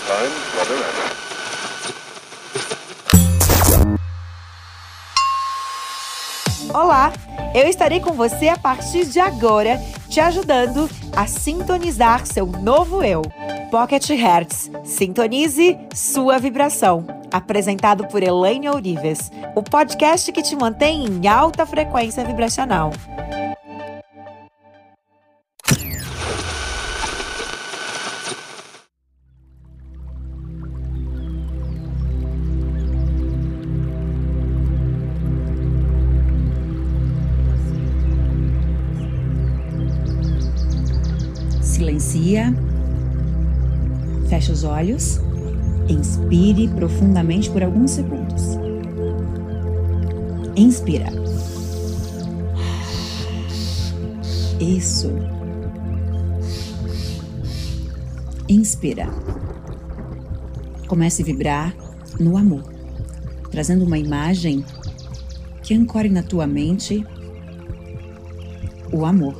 time, Robin. Olá, eu estarei com você a partir de agora, te ajudando a sintonizar seu novo eu. Pocket Hertz, sintonize sua vibração. Apresentado por Elaine Ourives, o podcast que te mantém em alta frequência vibracional. Silencia, fecha os olhos, inspire profundamente por alguns segundos. Inspira. Isso. Inspira. Comece a vibrar no amor, trazendo uma imagem que ancore na tua mente o amor.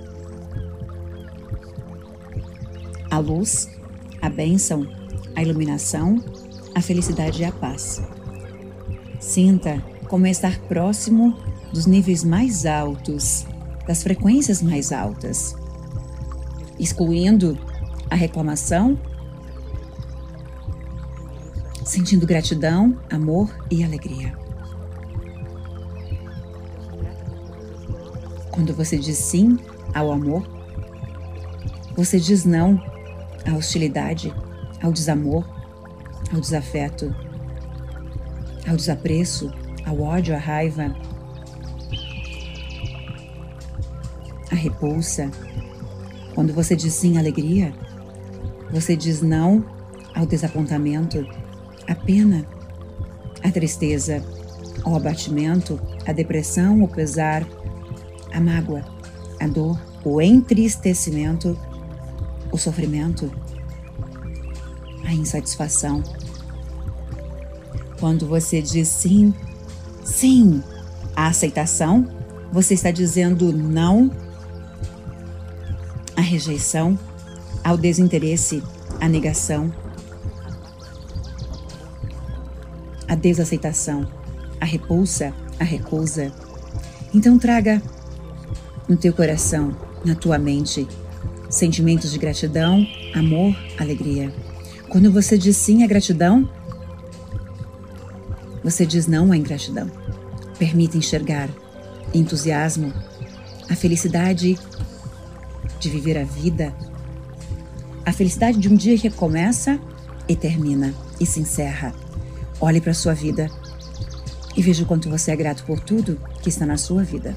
A luz, a bênção, a iluminação, a felicidade e a paz. Sinta como é estar próximo dos níveis mais altos, das frequências mais altas, excluindo a reclamação, sentindo gratidão, amor e alegria. Quando você diz sim ao amor, você diz não à hostilidade, ao desamor, ao desafeto, ao desapreço, ao ódio, à raiva, à repulsa. Quando você diz sim à alegria, você diz não ao desapontamento, à pena, à tristeza, ao abatimento, à depressão, ao pesar, à mágoa, à dor, o entristecimento, o sofrimento, a insatisfação. Quando você diz sim, sim à aceitação, você está dizendo não à rejeição, ao desinteresse, à negação, à desaceitação, à repulsa, à recusa. Então traga no teu coração, na tua mente, sentimentos de gratidão, amor, alegria. Quando você diz sim à gratidão, você diz não à ingratidão. Permita enxergar entusiasmo, a felicidade de viver a vida, a felicidade de um dia que começa e termina e se encerra. Olhe para a sua vida e veja o quanto você é grato por tudo que está na sua vida.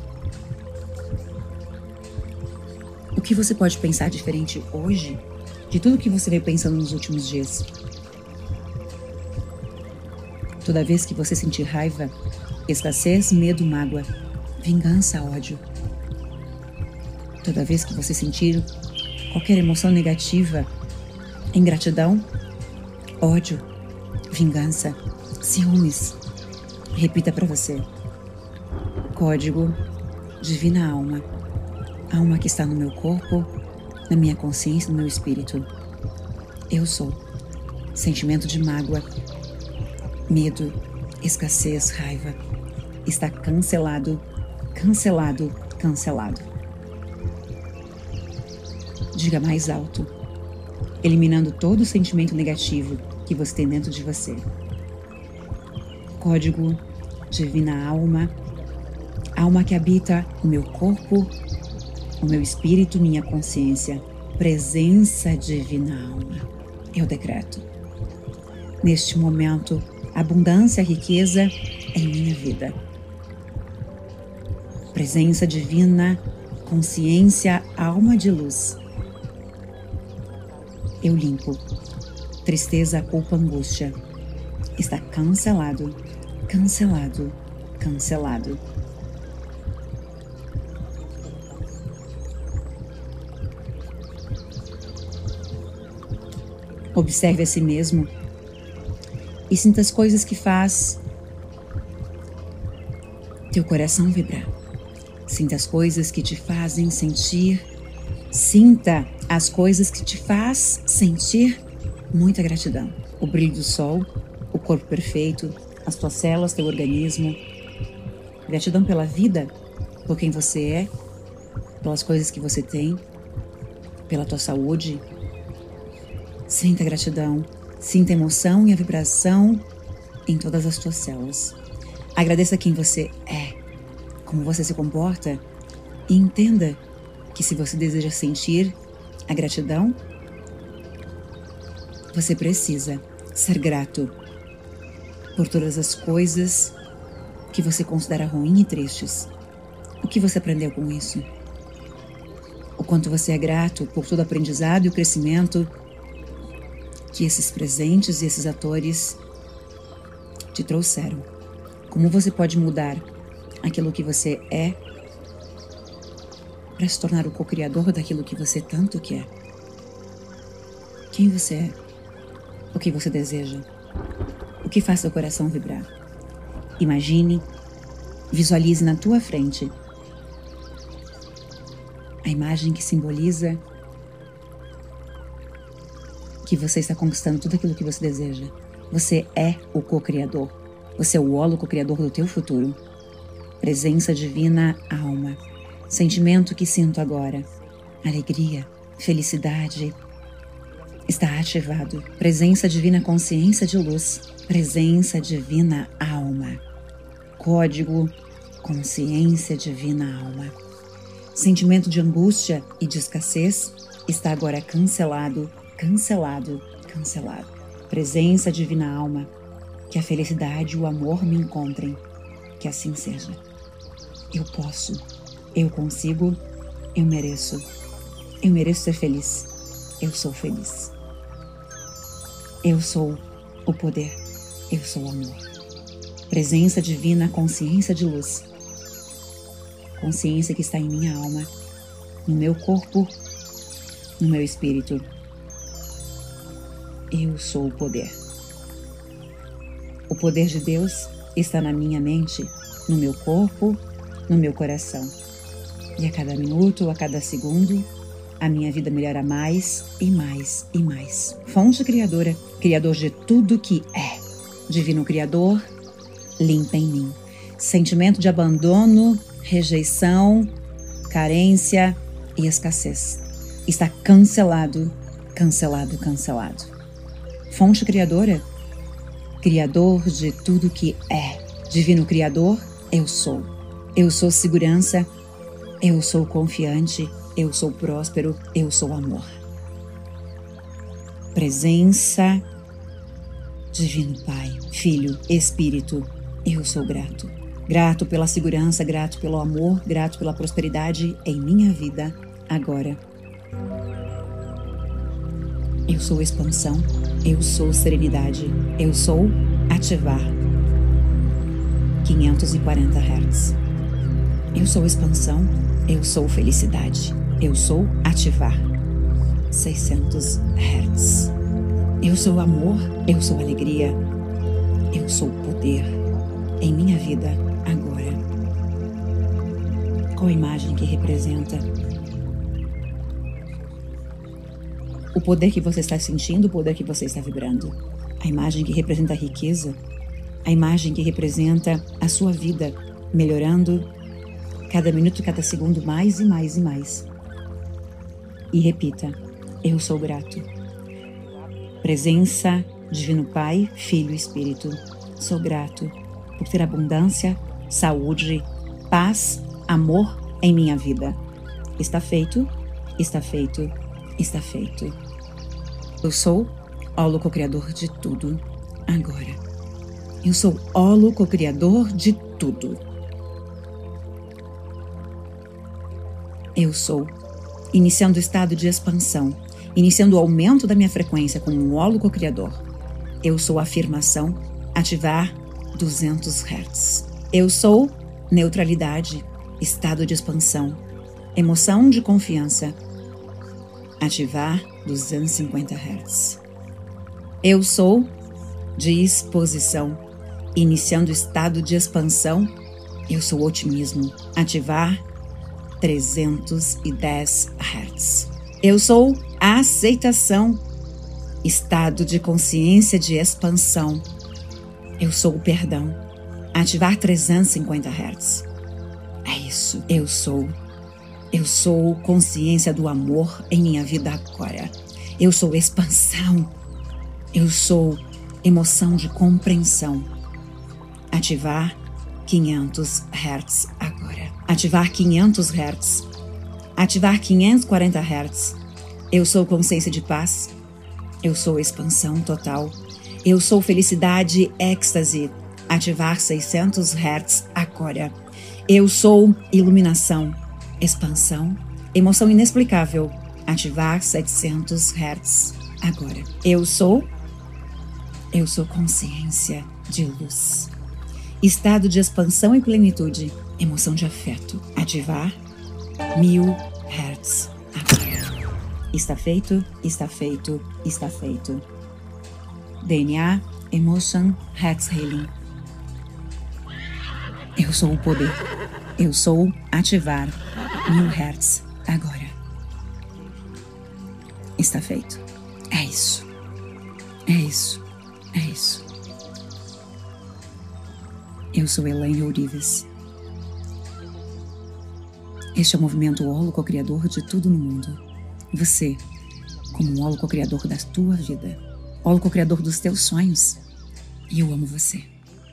O que você pode pensar diferente hoje de tudo que você veio pensando nos últimos dias? Toda vez que você sentir raiva, escassez, medo, mágoa, vingança, ódio. Toda vez que você sentir qualquer emoção negativa, ingratidão, ódio, vingança, ciúmes, repita para você. Código Divina Alma. Alma que está no meu corpo, na minha consciência, no meu espírito. Eu sou. Sentimento de mágoa, medo, escassez, raiva. Está cancelado, cancelado, cancelado. Diga mais alto, eliminando todo o sentimento negativo que você tem dentro de você. Código Divina Alma. Alma que habita o meu corpo, o meu espírito, minha consciência, presença divina alma. Eu decreto, neste momento, abundância, riqueza em minha vida. Presença divina, consciência, alma de luz. Eu limpo tristeza, culpa, angústia. Está cancelado, cancelado, cancelado. Observe a si mesmo e sinta as coisas que faz teu coração vibrar. Sinta as coisas que te fazem sentir. Sinta as coisas que te faz sentir muita gratidão. O brilho do sol, o corpo perfeito, as tuas células, teu organismo. Gratidão pela vida, por quem você é, pelas coisas que você tem, pela tua saúde. Sinta gratidão, sinta a emoção e a vibração em todas as tuas células. Agradeça quem você é, como você se comporta e entenda que se você deseja sentir a gratidão, você precisa ser grato por todas as coisas que você considera ruins e tristes. O que você aprendeu com isso? O quanto você é grato por todo o aprendizado e o crescimento que esses presentes e esses atores te trouxeram. Como você pode mudar aquilo que você é para se tornar o co-criador daquilo que você tanto quer? Quem você é? O que você deseja? O que faz seu coração vibrar? Imagine, visualize na tua frente a imagem que simboliza que você está conquistando tudo aquilo que você deseja. Você é o co-criador. Você é o holo co-criador do teu futuro. Presença divina, alma. Sentimento que sinto agora. Alegria, felicidade. Está ativado. Presença divina, consciência de luz. Presença divina, alma. Código, consciência divina, alma. Sentimento de angústia e de escassez está agora cancelado, cancelado, cancelado. Presença divina, alma. Que a felicidade e o amor me encontrem. Que assim seja. Eu posso, eu consigo, eu mereço. Eu mereço ser feliz. Eu sou feliz. Eu sou o poder. Eu sou o amor. Presença divina, consciência de luz. Consciência que está em minha alma, no meu corpo, no meu espírito. Eu sou o poder. O poder de Deus está na minha mente, no meu corpo, no meu coração. E a cada minuto, a cada segundo, a minha vida melhora mais e mais e mais. Fonte criadora, criador de tudo que é. Divino Criador, limpa em mim. Sentimento de abandono, rejeição, carência e escassez. Está cancelado, cancelado, cancelado. Fonte criadora, criador de tudo que é. Divino Criador, eu sou. Eu sou segurança, eu sou confiante, eu sou próspero, eu sou amor. Presença, Divino Pai, Filho, Espírito, eu sou grato. Grato pela segurança, grato pelo amor, grato pela prosperidade em minha vida agora. Eu sou expansão, eu sou serenidade, eu sou ativar 540 Hz. Eu sou expansão, eu sou felicidade, eu sou ativar 600 Hz. Eu sou amor, eu sou alegria, eu sou poder em minha vida agora. Qual a imagem que representa o poder que você está sentindo, o poder que você está vibrando? A imagem que representa a riqueza, a imagem que representa a sua vida melhorando cada minuto, cada segundo, mais e mais e mais. E repita: eu sou grato. Presença, Divino Pai, Filho e Espírito. Sou grato por ter abundância, saúde, paz, amor em minha vida. Está feito, está feito, está feito. Eu sou holo co-criador de tudo agora. Eu sou holo co-criador de tudo. Eu sou, iniciando o estado de expansão, iniciando o aumento da minha frequência como um holo co-criador. Eu sou afirmação, ativar 200 Hz. Eu sou neutralidade, estado de expansão, emoção de confiança, ativar 250 Hz. Eu sou disposição, iniciando o estado de expansão. Eu sou otimismo, ativar 310 Hz. Eu sou aceitação, Estado de consciência de expansão. Eu sou o perdão. Ativar 350 Hz. É isso. Eu sou consciência do amor em minha vida agora. Eu sou expansão. Eu sou emoção de compreensão. Ativar 500 Hz agora. Ativar 500 Hz. Ativar 540 Hz. Eu sou consciência de paz. Eu sou expansão total. Eu sou felicidade, êxtase. Ativar 600 Hz agora. Eu sou iluminação, expansão, emoção inexplicável. Ativar 700 Hz agora. Eu sou consciência de luz. Estado de expansão e plenitude, emoção de afeto. Ativar 1000 Hz agora. Está feito, está feito, está feito. DNA, Emotion, Hertz Healing. Eu sou o poder. Eu sou ativar 1000 Hz agora. Está feito. É isso. É isso. É isso. Eu sou Elaine Ourives. Este é o movimento holo co-criador de tudo no mundo. Você, como um holo co-criador da tua vida, holo co-criador dos teus sonhos. E eu amo você.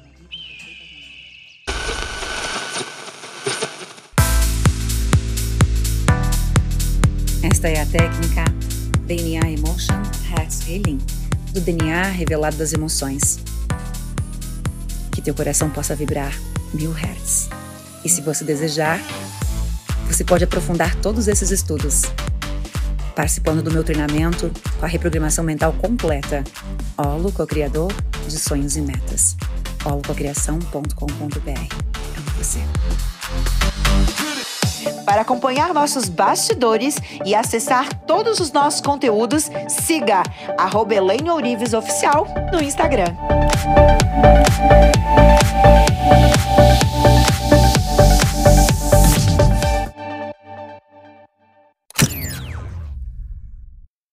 Esta é a técnica DNA Emotion Hertz Healing, do DNA revelado das emoções. Que teu coração possa vibrar 1000 Hz. E se você desejar, você pode aprofundar todos esses estudos participando do meu treinamento com a reprogramação mental completa. Holo Co-Criador de Sonhos e Metas. holococriação.com.br. Amo você. Para acompanhar nossos bastidores e acessar todos os nossos conteúdos, siga @Elaine Ourives Oficial no Instagram.